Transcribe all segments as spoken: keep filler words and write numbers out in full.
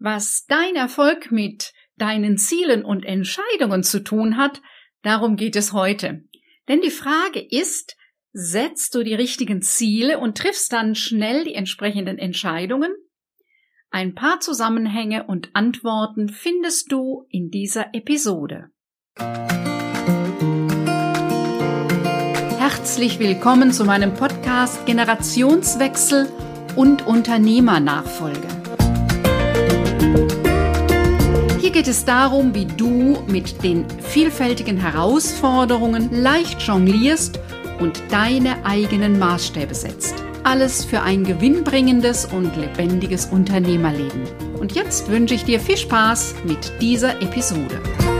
Was dein Erfolg mit deinen Zielen und Entscheidungen zu tun hat, darum geht es heute. Denn die Frage ist, setzt du die richtigen Ziele und triffst dann schnell die entsprechenden Entscheidungen? Ein paar Zusammenhänge und Antworten findest du in dieser Episode. Herzlich willkommen zu meinem Podcast Generationswechsel und Unternehmernachfolge. Hier geht es darum, wie du mit den vielfältigen Herausforderungen leicht jonglierst und deine eigenen Maßstäbe setzt. Alles für ein gewinnbringendes und lebendiges Unternehmerleben. Und jetzt wünsche ich dir viel Spaß mit dieser Episode.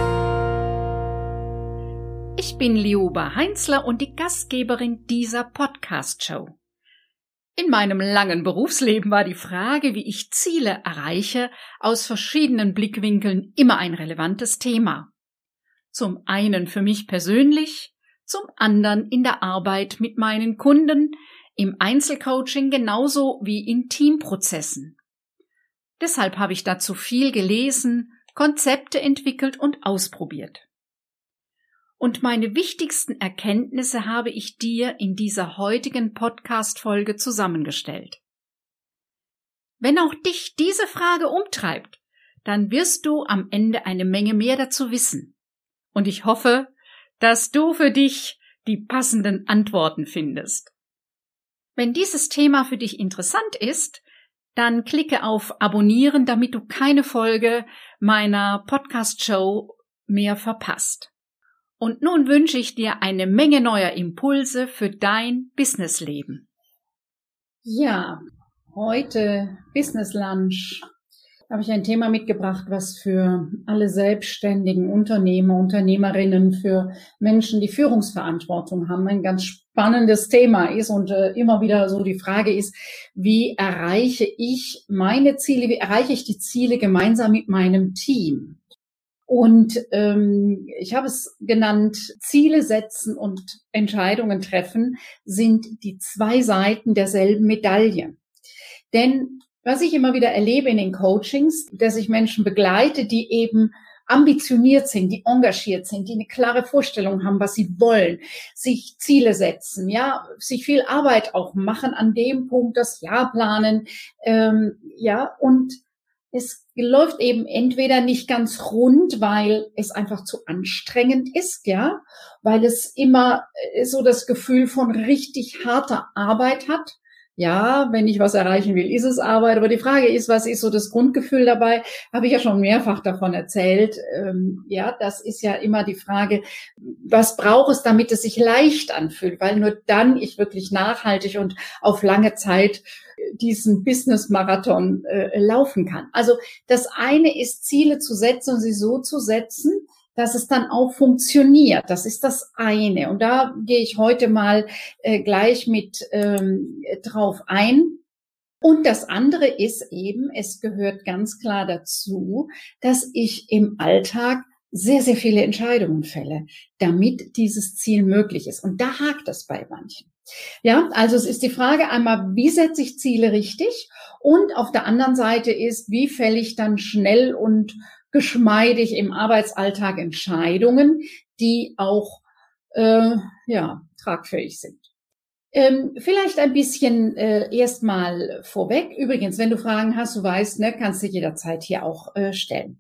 Ich bin Lioba Heinzler und die Gastgeberin dieser Podcast-Show. In meinem langen Berufsleben war die Frage, wie ich Ziele erreiche, aus verschiedenen Blickwinkeln immer ein relevantes Thema. Zum einen für mich persönlich, zum anderen in der Arbeit mit meinen Kunden, im Einzelcoaching genauso wie in Teamprozessen. Deshalb habe ich dazu viel gelesen, Konzepte entwickelt und ausprobiert. Und meine wichtigsten Erkenntnisse habe ich dir in dieser heutigen Podcast-Folge zusammengestellt. Wenn auch dich diese Frage umtreibt, dann wirst du am Ende eine Menge mehr dazu wissen. Und ich hoffe, dass du für dich die passenden Antworten findest. Wenn dieses Thema für dich interessant ist, dann klicke auf Abonnieren, damit du keine Folge meiner Podcast-Show mehr verpasst. Und nun wünsche ich dir eine Menge neuer Impulse für dein Businessleben. Ja, heute Business Lunch habe ich ein Thema mitgebracht, was für alle selbstständigen Unternehmer, Unternehmerinnen, für Menschen, die Führungsverantwortung haben, ein ganz spannendes Thema ist und äh, immer wieder so die Frage ist, wie erreiche ich meine Ziele, wie erreiche ich die Ziele gemeinsam mit meinem Team? Und ähm, ich habe es genannt, Ziele setzen und Entscheidungen treffen sind die zwei Seiten derselben Medaille. Denn was ich immer wieder erlebe in den Coachings, dass ich Menschen begleite, die eben ambitioniert sind, die engagiert sind, die eine klare Vorstellung haben, was sie wollen, sich Ziele setzen, ja, sich viel Arbeit auch machen an dem Punkt, das Jahr planen, ähm, ja, und es läuft eben entweder nicht ganz rund, weil es einfach zu anstrengend ist, ja, weil es immer so das Gefühl von richtig harter Arbeit hat. Ja, wenn ich was erreichen will, ist es Arbeit. Aber die Frage ist, was ist so das Grundgefühl dabei? Habe ich ja schon mehrfach davon erzählt. Ähm, ja, das ist ja immer die Frage, was braucht es, damit es sich leicht anfühlt? Weil nur dann ich wirklich nachhaltig und auf lange Zeit diesen Business-Marathon äh, laufen kann. Also das eine ist, Ziele zu setzen und sie so zu setzen, dass es dann auch funktioniert. Das ist das eine. Und da gehe ich heute mal äh, gleich mit ähm, drauf ein. Und das andere ist eben, es gehört ganz klar dazu, dass ich im Alltag sehr, sehr viele Entscheidungen fälle, damit dieses Ziel möglich ist. Und da hakt es bei manchen. Ja, also es ist die Frage einmal, wie setze ich Ziele richtig? Und auf der anderen Seite ist, wie fälle ich dann schnell und geschmeidig im Arbeitsalltag Entscheidungen, die auch äh, ja tragfähig sind. Ähm, vielleicht ein bisschen äh, erstmal vorweg. Übrigens, wenn du Fragen hast, du weißt, ne, kannst du jederzeit hier auch äh, stellen.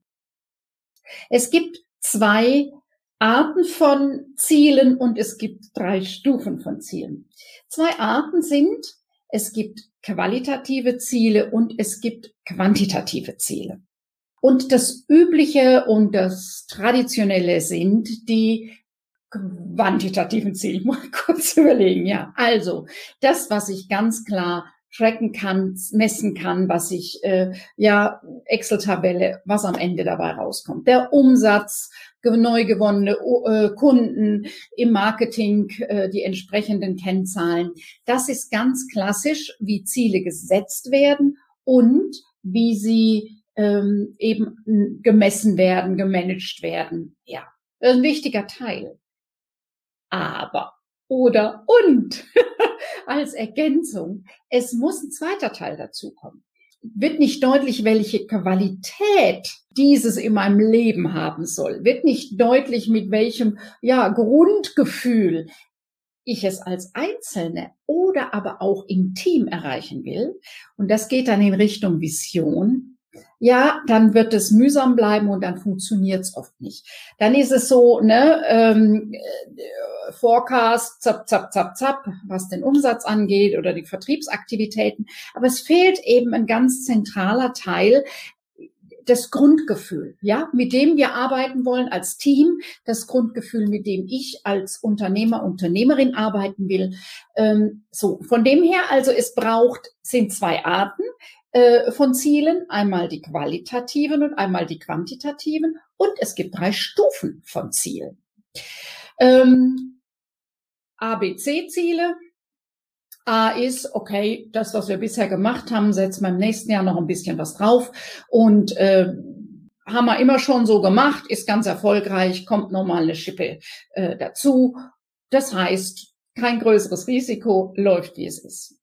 Es gibt zwei Arten von Zielen und es gibt drei Stufen von Zielen. Zwei Arten sind, es gibt qualitative Ziele und es gibt quantitative Ziele. Und das Übliche und das Traditionelle sind die quantitativen Ziele. Mal kurz überlegen, ja. Also, das, was ich ganz klar tracken kann, messen kann, was ich, äh, ja, Excel-Tabelle, was am Ende dabei rauskommt. Der Umsatz, neu gewonnene äh, Kunden im Marketing, äh, die entsprechenden Kennzahlen. Das ist ganz klassisch, wie Ziele gesetzt werden und wie sie ähm, eben gemessen werden, gemanagt werden. Ja, das ist ein wichtiger Teil. Aber, oder, und, als Ergänzung, es muss ein zweiter Teil dazukommen. wird nicht deutlich, welche Qualität dieses in meinem Leben haben soll, wird nicht deutlich, mit welchem, ja, Grundgefühl ich es als Einzelne oder aber auch im Team erreichen will, und das geht dann in Richtung Vision, ja, dann wird es mühsam bleiben und dann funktioniert es oft nicht. Dann ist es so, ne, ähm, Forecast, zap, zap, zap, zap, was den Umsatz angeht oder die Vertriebsaktivitäten, aber es fehlt eben ein ganz zentraler Teil, das Grundgefühl, ja, mit dem wir arbeiten wollen als Team, das Grundgefühl, mit dem ich als Unternehmer, Unternehmerin arbeiten will. Ähm, so, von dem her, also es braucht, sind zwei Arten äh, von Zielen, einmal die qualitativen und einmal die quantitativen, und es gibt drei Stufen von Zielen. Ähm, A, B, C-Ziele. A ist, okay, das, was wir bisher gemacht haben, setzen wir im nächsten Jahr noch ein bisschen was drauf und äh, haben wir immer schon so gemacht, ist ganz erfolgreich, kommt nochmal eine Schippe äh, dazu. Das heißt, kein größeres Risiko, läuft wie es ist.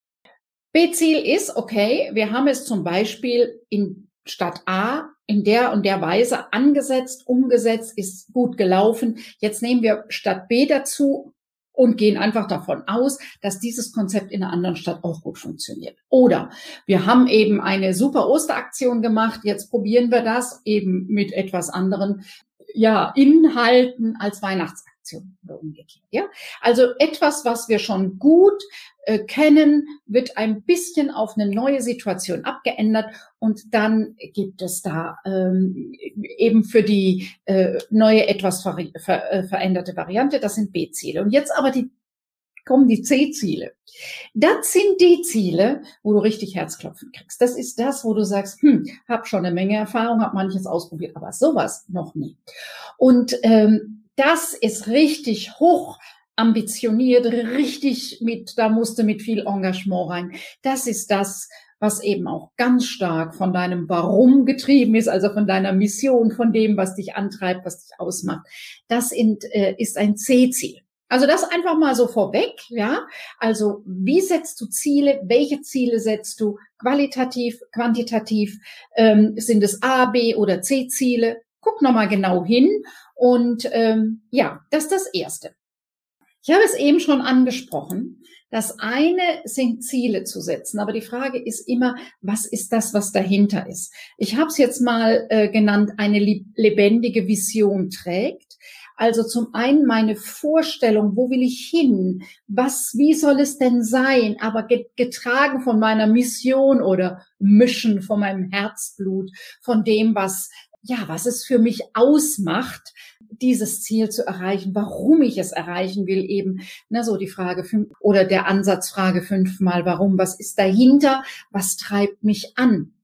B-Ziel ist, okay, wir haben es zum Beispiel in Stadt A in der und der Weise angesetzt, umgesetzt, ist gut gelaufen. Jetzt nehmen wir Stadt B dazu und gehen einfach davon aus, dass dieses Konzept in einer anderen Stadt auch gut funktioniert. Oder wir haben eben eine super Osteraktion gemacht, jetzt probieren wir das eben mit etwas anderen, ja, Inhalten als Weihnachtsaktion oder umgekehrt. Ja? Also etwas, was wir schon gut äh, kennen, wird ein bisschen auf eine neue Situation abgeändert, und dann gibt es da ähm, eben für die äh, neue, etwas ver ver äh, veränderte Variante, das sind B-Ziele. Und jetzt aber die kommen die C-Ziele. Das sind die Ziele, wo du richtig Herzklopfen kriegst. Das ist das, wo du sagst, hm, hab schon eine Menge Erfahrung, hab manches ausprobiert, aber sowas noch nie. Und ähm, das ist richtig hoch ambitioniert, richtig mit, da musste mit viel Engagement rein. Das ist das, was eben auch ganz stark von deinem Warum getrieben ist, also von deiner Mission, von dem, was dich antreibt, was dich ausmacht. Das sind, äh, ist ein C-Ziel. Also das einfach mal so vorweg, ja. Also wie setzt du Ziele? Welche Ziele setzt du? Qualitativ, quantitativ? Ähm, sind es A, B oder C-Ziele? Guck nochmal genau hin. Und ähm, ja, das ist das Erste. Ich habe es eben schon angesprochen. Das eine sind Ziele zu setzen, aber die Frage ist immer, was ist das, was dahinter ist? Ich habe es jetzt mal äh, genannt, eine lebendige Vision trägt. Also zum einen meine Vorstellung, wo will ich hin? Was, wie soll es denn sein? Aber getragen von meiner Mission oder Mission, von meinem Herzblut, von dem, was, ja, was es für mich ausmacht, dieses Ziel zu erreichen, warum ich es erreichen will, eben, ne, so die Frage fünf oder der Ansatzfrage fünfmal, warum, was ist dahinter, was treibt mich an?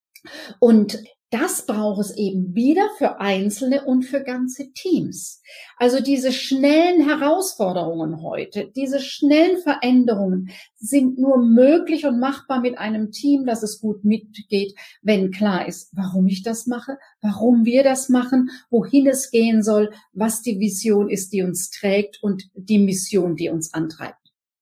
Und das braucht es eben wieder für Einzelne und für ganze Teams. Also diese schnellen Herausforderungen heute, diese schnellen Veränderungen sind nur möglich und machbar mit einem Team, das es gut mitgeht, wenn klar ist, warum ich das mache, warum wir das machen, wohin es gehen soll, was die Vision ist, die uns trägt, und die Mission, die uns antreibt.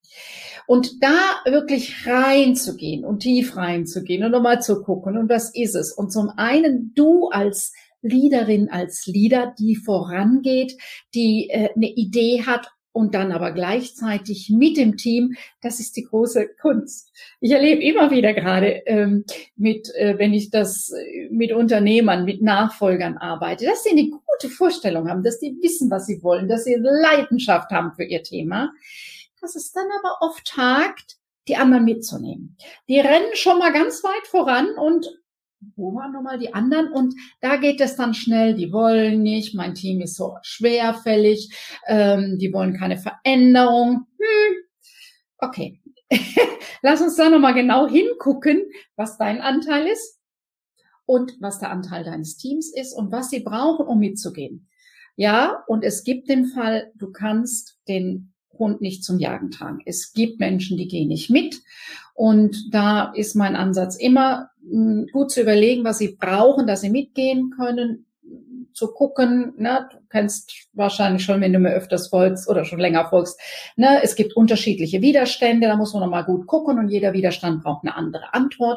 Und da wirklich reinzugehen und tief reinzugehen und nochmal zu gucken, und was ist es? Und zum einen du als Leaderin, als Leader, die vorangeht, die äh, eine Idee hat und dann aber gleichzeitig mit dem Team, das ist die große Kunst. Ich erlebe immer wieder gerade ähm, mit, äh, wenn ich das mit Unternehmern, mit Nachfolgern arbeite, dass sie eine gute Vorstellung haben, dass die wissen, was sie wollen, dass sie Leidenschaft haben für ihr Thema, dass es dann aber oft hakt, die anderen mitzunehmen. Die rennen schon mal ganz weit voran und wo waren nochmal die anderen? Und da geht es dann schnell, die wollen nicht, mein Team ist so schwerfällig, ähm, die wollen keine Veränderung. Hm, okay, lass uns da nochmal genau hingucken, was dein Anteil ist und was der Anteil deines Teams ist und was sie brauchen, um mitzugehen. Ja, und es gibt den Fall, du kannst den Hund nicht zum Jagen tragen. Es gibt Menschen, die gehen nicht mit. Und da ist mein Ansatz immer, gut zu überlegen, was sie brauchen, dass sie mitgehen können, zu gucken, ne, du kennst wahrscheinlich schon, wenn du mir öfters folgst oder schon länger folgst, ne, es gibt unterschiedliche Widerstände, da muss man nochmal gut gucken und jeder Widerstand braucht eine andere Antwort.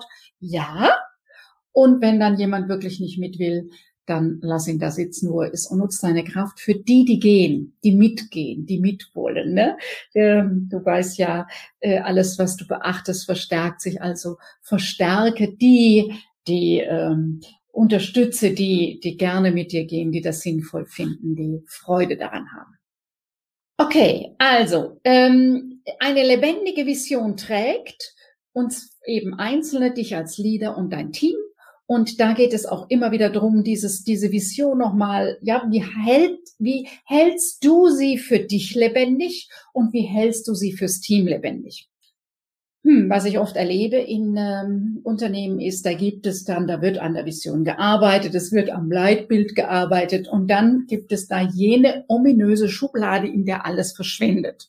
Ja. Und wenn dann jemand wirklich nicht mit will, dann lass ihn da sitzen, wo er ist und nutz deine Kraft für die, die gehen, die mitgehen, die mitwollen. Ne? Ähm, du weißt ja, äh, alles, was du beachtest, verstärkt sich. Also verstärke die, die ähm, unterstütze die, die gerne mit dir gehen, die das sinnvoll finden, die Freude daran haben. Okay, also ähm, eine lebendige Vision trägt uns eben Einzelne, dich als Leader und dein Team. Und da geht es auch immer wieder darum, dieses, diese Vision nochmal, ja, wie hält, wie hältst du sie für dich lebendig und wie hältst du sie fürs Team lebendig? Hm, was ich oft erlebe in ähm, Unternehmen ist, da gibt es dann, da wird an der Vision gearbeitet, es wird am Leitbild gearbeitet und dann gibt es da jene ominöse Schublade, in der alles verschwindet.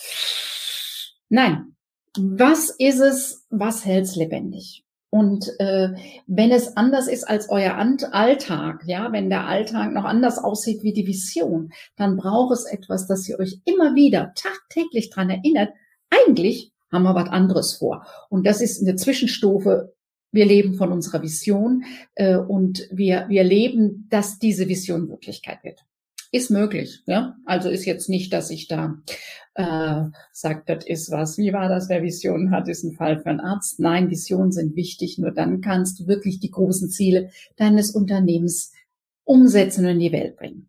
Nein, was ist es, was hält's lebendig? Und äh, wenn es anders ist als euer Alltag, ja, wenn der Alltag noch anders aussieht wie die Vision, dann braucht es etwas, das ihr euch immer wieder tagtäglich dran erinnert. Eigentlich haben wir was anderes vor. Und das ist eine Zwischenstufe. Wir leben von unserer Vision äh, und wir wir leben, dass diese Vision Wirklichkeit wird. Ist möglich, ja. Also ist jetzt nicht, dass ich da äh, sage, das ist was. Wie war das? Wer Visionen hat, ist ein Fall für einen Arzt. Nein, Visionen sind wichtig. Nur dann kannst du wirklich die großen Ziele deines Unternehmens umsetzen und in die Welt bringen.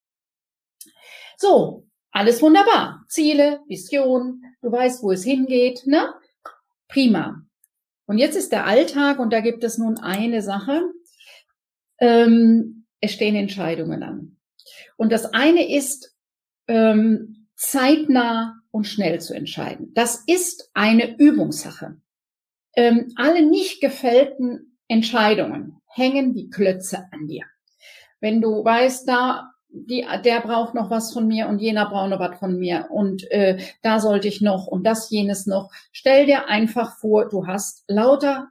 So, alles wunderbar. Ziele, Vision, du weißt, wo es hingeht, ne? Prima. Und jetzt ist der Alltag und da gibt es nun eine Sache. Ähm, es stehen Entscheidungen an. Und das eine ist, ähm, zeitnah und schnell zu entscheiden. Das ist eine Übungssache. Ähm, alle nicht gefällten Entscheidungen hängen wie Klötze an dir. Wenn du weißt, da die, der braucht noch was von mir und jener braucht noch was von mir und äh, da sollte ich noch und das jenes noch. Stell dir einfach vor, du hast lauter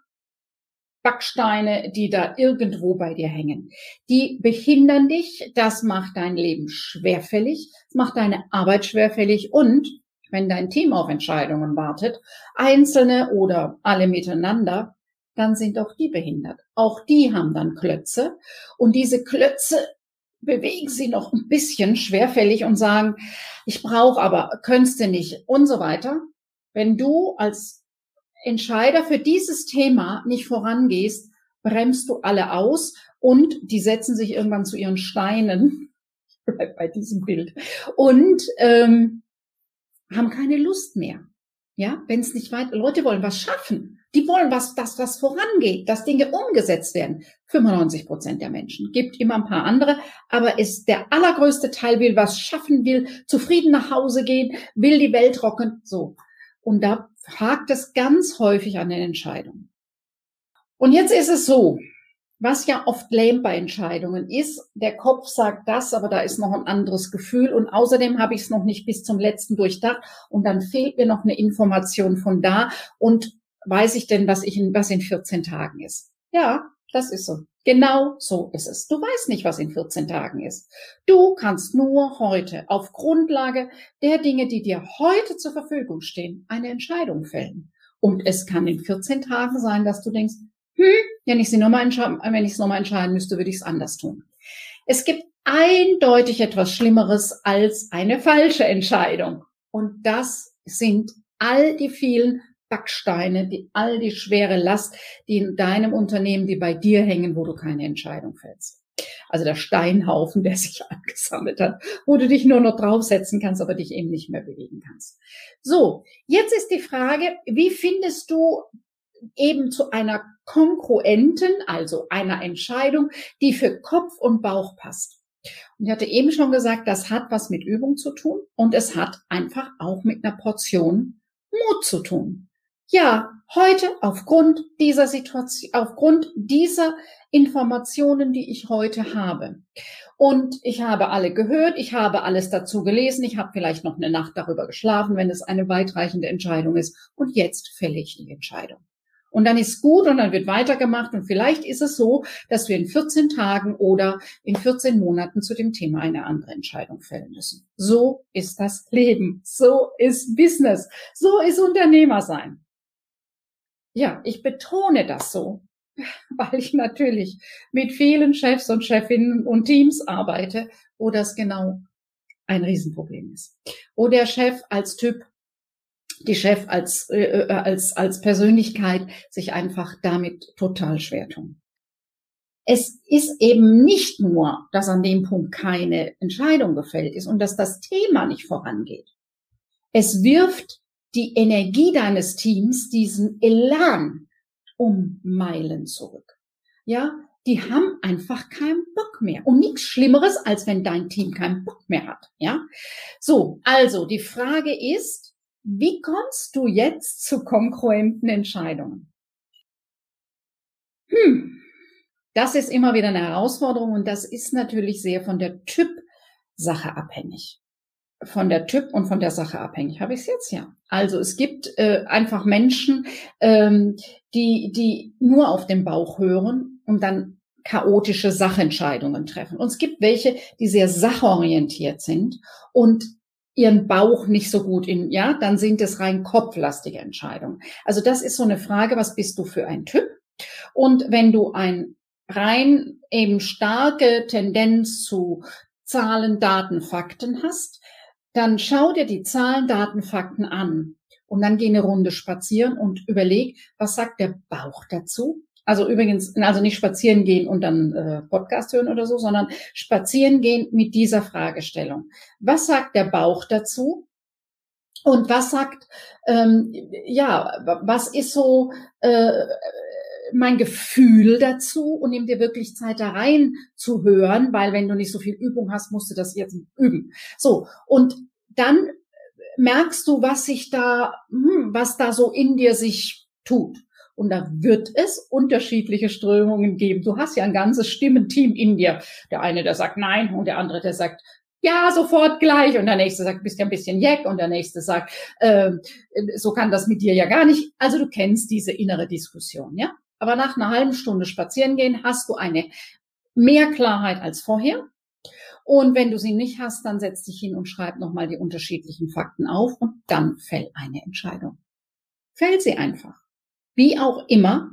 Backsteine, die da irgendwo bei dir hängen. Die behindern dich, das macht dein Leben schwerfällig, das macht deine Arbeit schwerfällig und wenn dein Team auf Entscheidungen wartet, einzelne oder alle miteinander, dann sind auch die behindert. Auch die haben dann Klötze und diese Klötze bewegen sie noch ein bisschen schwerfällig und sagen, ich brauche aber, könntest du nicht und so weiter. Wenn du als Entscheider für dieses Thema nicht vorangehst, bremst du alle aus und die setzen sich irgendwann zu ihren Steinen, bleib bei diesem Bild, und ähm, haben keine Lust mehr. Ja, wenn es nicht weit, Leute wollen was schaffen, die wollen was, das was vorangeht, dass Dinge umgesetzt werden. fünfundneunzig Prozent der Menschen, gibt immer ein paar andere, aber ist der allergrößte Teil will was schaffen, will zufrieden nach Hause gehen, will die Welt rocken, so. Und da hakt es ganz häufig an den Entscheidungen. Und jetzt ist es so, was ja oft lähmt bei Entscheidungen ist, der Kopf sagt das, aber da ist noch ein anderes Gefühl und außerdem habe ich es noch nicht bis zum letzten durchdacht und dann fehlt mir noch eine Information von da und weiß ich denn, was ich in, was in vierzehn Tagen ist? Ja, das ist so. Genau so ist es. Du weißt nicht, was in vierzehn Tagen ist. Du kannst nur heute auf Grundlage der Dinge, die dir heute zur Verfügung stehen, eine Entscheidung fällen. Und es kann in vierzehn Tagen sein, dass du denkst, hm, wenn ich sie nochmal entscheiden, wenn ich es nochmal entscheiden müsste, würde ich es anders tun. Es gibt eindeutig etwas Schlimmeres als eine falsche Entscheidung. Und das sind all die vielen Backsteine, die, all die schwere Last, die in deinem Unternehmen, die bei dir hängen, wo du keine Entscheidung fällst. Also der Steinhaufen, der sich angesammelt hat, wo du dich nur noch draufsetzen kannst, aber dich eben nicht mehr bewegen kannst. So, jetzt ist die Frage, wie findest du eben zu einer kongruenten, also einer Entscheidung, die für Kopf und Bauch passt? Und ich hatte eben schon gesagt, das hat was mit Übung zu tun und es hat einfach auch mit einer Portion Mut zu tun. Ja, heute aufgrund dieser Situation, aufgrund dieser Informationen, die ich heute habe. Und ich habe alle gehört, ich habe alles dazu gelesen, ich habe vielleicht noch eine Nacht darüber geschlafen, wenn es eine weitreichende Entscheidung ist. Und jetzt fälle ich die Entscheidung. Und dann ist gut und dann wird weitergemacht und vielleicht ist es so, dass wir in vierzehn Tagen oder in vierzehn Monaten zu dem Thema eine andere Entscheidung fällen müssen. So ist das Leben. So ist Business. So ist Unternehmer sein. Ja, ich betone das so, weil ich natürlich mit vielen Chefs und Chefinnen und Teams arbeite, wo das genau ein Riesenproblem ist. Wo der Chef als Typ, die Chef als, äh, als, als Persönlichkeit sich einfach damit total schwer tun. Es ist eben nicht nur, dass an dem Punkt keine Entscheidung gefällt ist und dass das Thema nicht vorangeht. Es wirft die Energie deines Teams, diesen Elan, um Meilen zurück. Ja, die haben einfach keinen Bock mehr. Und nichts Schlimmeres, als wenn dein Team keinen Bock mehr hat. Ja, so, also die Frage ist, wie kommst du jetzt zu kongruenten Entscheidungen? Hm, das ist immer wieder eine Herausforderung und das ist natürlich sehr von der Typsache abhängig. Von der Typ und von der Sache abhängig. Habe ich es jetzt? Ja. Also es gibt äh, einfach Menschen, ähm, die die nur auf den Bauch hören und dann chaotische Sachentscheidungen treffen. Und es gibt welche, die sehr sachorientiert sind und ihren Bauch nicht so gut in, ja, dann sind es rein kopflastige Entscheidungen. Also das ist so eine Frage, was bist du für ein Typ? Und wenn du ein rein eben starke Tendenz zu Zahlen, Daten, Fakten hast, dann schau dir die Zahlen, Daten, Fakten an und dann geh eine Runde spazieren und überleg, was sagt der Bauch dazu? Also übrigens, also nicht spazieren gehen und dann äh, Podcast hören oder so, sondern spazieren gehen mit dieser Fragestellung. Was sagt der Bauch dazu? Und was sagt, ähm, ja, was ist so äh, mein Gefühl dazu? Und nimm dir wirklich Zeit da rein zu hören, weil wenn du nicht so viel Übung hast, musst du das jetzt üben. So, und dann merkst du, was sich da, hm, was da so in dir sich tut. Und da wird es unterschiedliche Strömungen geben. Du hast ja ein ganzes Stimmenteam in dir. Der eine, der sagt nein und der andere, der sagt ja, sofort gleich. Und der nächste sagt, bist ja ein bisschen jeck. Und der nächste sagt, äh, so kann das mit dir ja gar nicht. Also du kennst diese innere Diskussion, ja. Aber nach einer halben Stunde spazieren gehen hast du eine mehr Klarheit als vorher. Und wenn du sie nicht hast, dann setz dich hin und schreib nochmal die unterschiedlichen Fakten auf und dann fällt eine Entscheidung. Fällt sie einfach. Wie auch immer,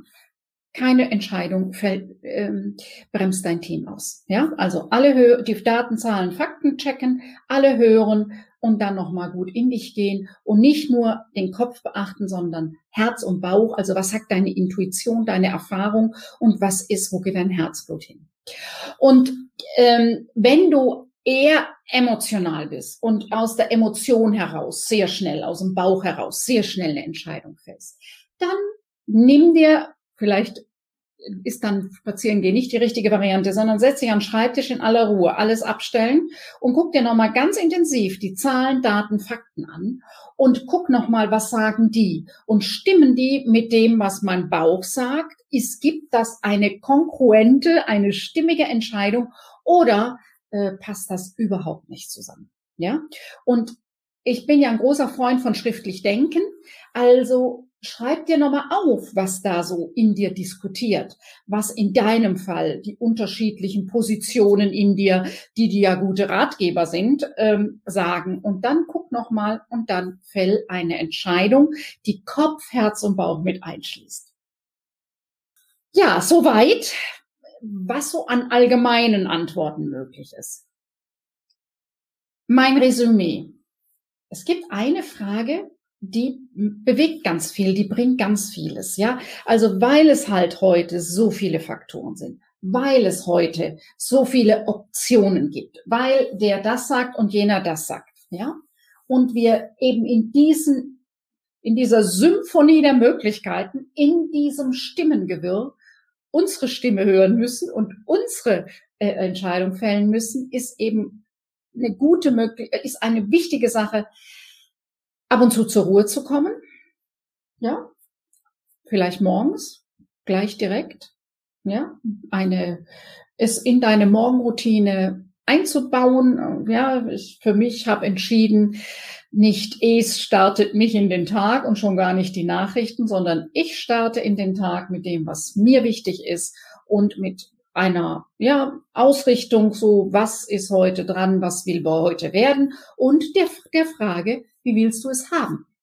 keine Entscheidung fällt, ähm, bremst dein Team aus. Ja, also alle hö- die Daten, Zahlen, Fakten checken, alle hören und dann nochmal gut in dich gehen und nicht nur den Kopf beachten, sondern Herz und Bauch. Also was sagt deine Intuition, deine Erfahrung und was ist, wo geht dein Herzblut hin? Und ähm, wenn du eher emotional bist und aus der Emotion heraus sehr schnell, aus dem Bauch heraus sehr schnell eine Entscheidung fällst, dann nimm dir, vielleicht ist dann spazieren gehen nicht die richtige Variante, sondern setz dich an den Schreibtisch in aller Ruhe, alles abstellen und guck dir nochmal ganz intensiv die Zahlen, Daten, Fakten an und guck nochmal, was sagen die und stimmen die mit dem, was mein Bauch sagt? Ist, gibt das eine kongruente, eine stimmige Entscheidung oder äh, passt das überhaupt nicht zusammen? Ja, und ich bin ja ein großer Freund von schriftlich denken, also schreib dir nochmal auf, was da so in dir diskutiert, was in deinem Fall die unterschiedlichen Positionen in dir, die dir ja gute Ratgeber sind, ähm, sagen. Und dann guck nochmal und dann fäll eine Entscheidung, die Kopf, Herz und Bauch mit einschließt. Ja, soweit, was so an allgemeinen Antworten möglich ist. Mein Resümee. Es gibt eine Frage, die bewegt ganz viel, die bringt ganz vieles, ja. Also weil es halt heute so viele Faktoren sind, weil es heute so viele Optionen gibt, weil der das sagt und jener das sagt, ja. Und wir eben in diesen, in dieser Symphonie der Möglichkeiten, in diesem Stimmengewirr unsere Stimme hören müssen und unsere äh, Entscheidung fällen müssen, ist eben eine gute Möglichkeit, ist eine wichtige Sache, ab und zu zur Ruhe zu kommen, ja, vielleicht morgens, gleich direkt, ja, eine, es in deine Morgenroutine einzubauen, ja, ich für mich habe entschieden, nicht es startet mich in den Tag und schon gar nicht die Nachrichten, sondern ich starte in den Tag mit dem, was mir wichtig ist und mit einer, ja, Ausrichtung, so, was ist heute dran, was will wir heute werden und der, der Frage, wie willst du es haben?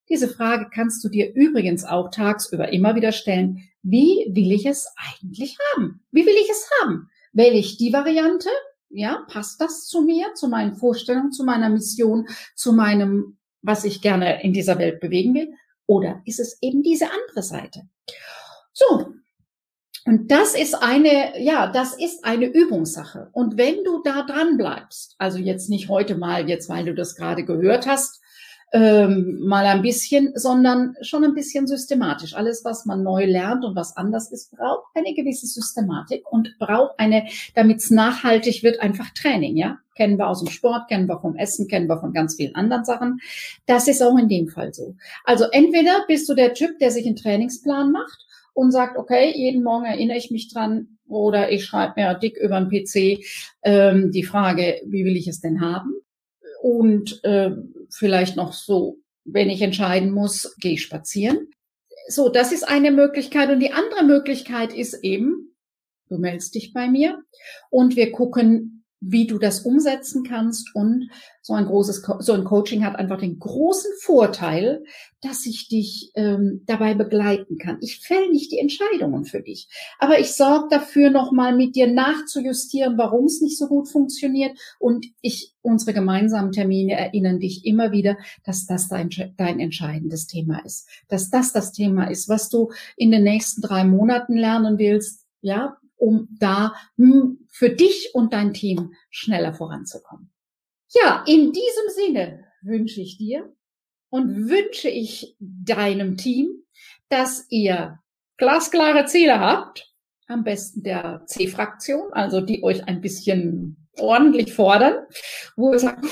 Diese Frage kannst du dir übrigens auch tagsüber immer wieder stellen. Wie will ich es eigentlich haben? Wie will ich es haben? Wähle ich die Variante? Ja, passt das zu mir, zu meinen Vorstellungen, zu meiner Mission, zu meinem, was ich gerne in dieser Welt bewegen will? Oder ist es eben diese andere Seite? So. Und das ist eine, ja, das ist eine Übungssache. Und wenn du da dran bleibst, also jetzt nicht heute mal, jetzt weil du das gerade gehört hast, ähm, mal ein bisschen, sondern schon ein bisschen systematisch. Alles, was man neu lernt und was anders ist, braucht eine gewisse Systematik und braucht eine, damit es nachhaltig wird, einfach Training, ja. Kennen wir aus dem Sport, kennen wir vom Essen, kennen wir von ganz vielen anderen Sachen. Das ist auch in dem Fall so. Also entweder bist du der Typ, der sich einen Trainingsplan macht und sagt, okay, jeden Morgen erinnere ich mich dran oder ich schreibe mir dick über den P C ähm, die Frage, wie will ich es denn haben? Und äh, vielleicht noch so, wenn ich entscheiden muss, gehe ich spazieren. So, das ist eine Möglichkeit. Und die andere Möglichkeit ist eben, du meldest dich bei mir und wir gucken, wie du das umsetzen kannst. Und so ein großes, so ein Coaching hat einfach den großen Vorteil, dass ich dich ähm, dabei begleiten kann. Ich fälle nicht die Entscheidungen für dich, aber ich sorge dafür, nochmal mit dir nachzujustieren, warum es nicht so gut funktioniert. Und ich, unsere gemeinsamen Termine erinnern dich immer wieder, dass das dein, dein entscheidendes Thema ist, dass das das Thema ist, was du in den nächsten drei Monaten lernen willst, ja, um da hm, für dich und dein Team schneller voranzukommen. Ja, in diesem Sinne wünsche ich dir und wünsche ich deinem Team, dass ihr glasklare Ziele habt, am besten der C-Fraktion, also die euch ein bisschen ordentlich fordern, wo ihr sagt,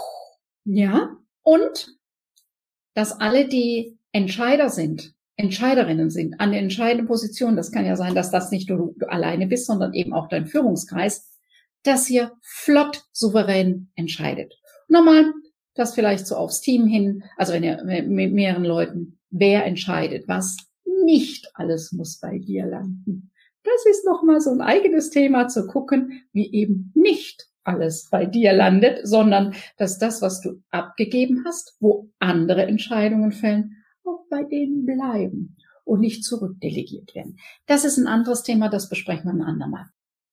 ja, und dass alle, die Entscheider sind, Entscheiderinnen sind, an der entscheidenden Position, das kann ja sein, dass das nicht du, du alleine bist, sondern eben auch dein Führungskreis, dass ihr flott souverän entscheidet. Nochmal, das vielleicht so aufs Team hin, also wenn ihr mit mehreren Leuten, wer entscheidet was, nicht alles muss bei dir landen. Das ist nochmal so ein eigenes Thema zu gucken, wie eben nicht alles bei dir landet, sondern dass das, was du abgegeben hast, wo andere Entscheidungen fällen, auch bei denen bleiben und nicht zurückdelegiert werden. Das ist ein anderes Thema, das besprechen wir ein andermal.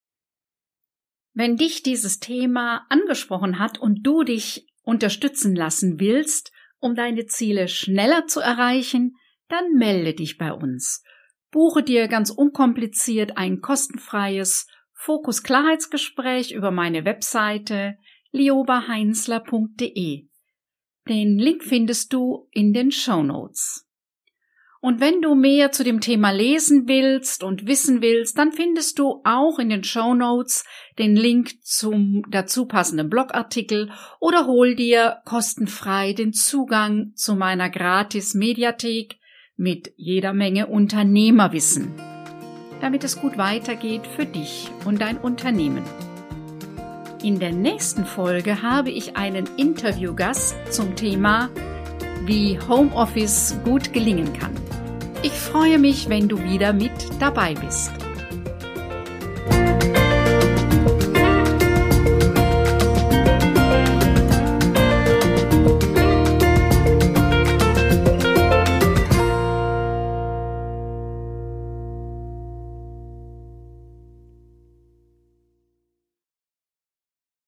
Wenn dich dieses Thema angesprochen hat und du dich unterstützen lassen willst, um deine Ziele schneller zu erreichen, dann melde dich bei uns. Buche dir ganz unkompliziert ein kostenfreies Fokus-Klarheitsgespräch über meine Webseite lioba heinzler punkt de. Den Link findest du in den Shownotes. Und wenn du mehr zu dem Thema lesen willst und wissen willst, dann findest du auch in den Shownotes den Link zum dazu passenden Blogartikel oder hol dir kostenfrei den Zugang zu meiner Gratis-Mediathek mit jeder Menge Unternehmerwissen, damit es gut weitergeht für dich und dein Unternehmen. In der nächsten Folge habe ich einen Interviewgast zum Thema, wie Homeoffice gut gelingen kann. Ich freue mich, wenn du wieder mit dabei bist.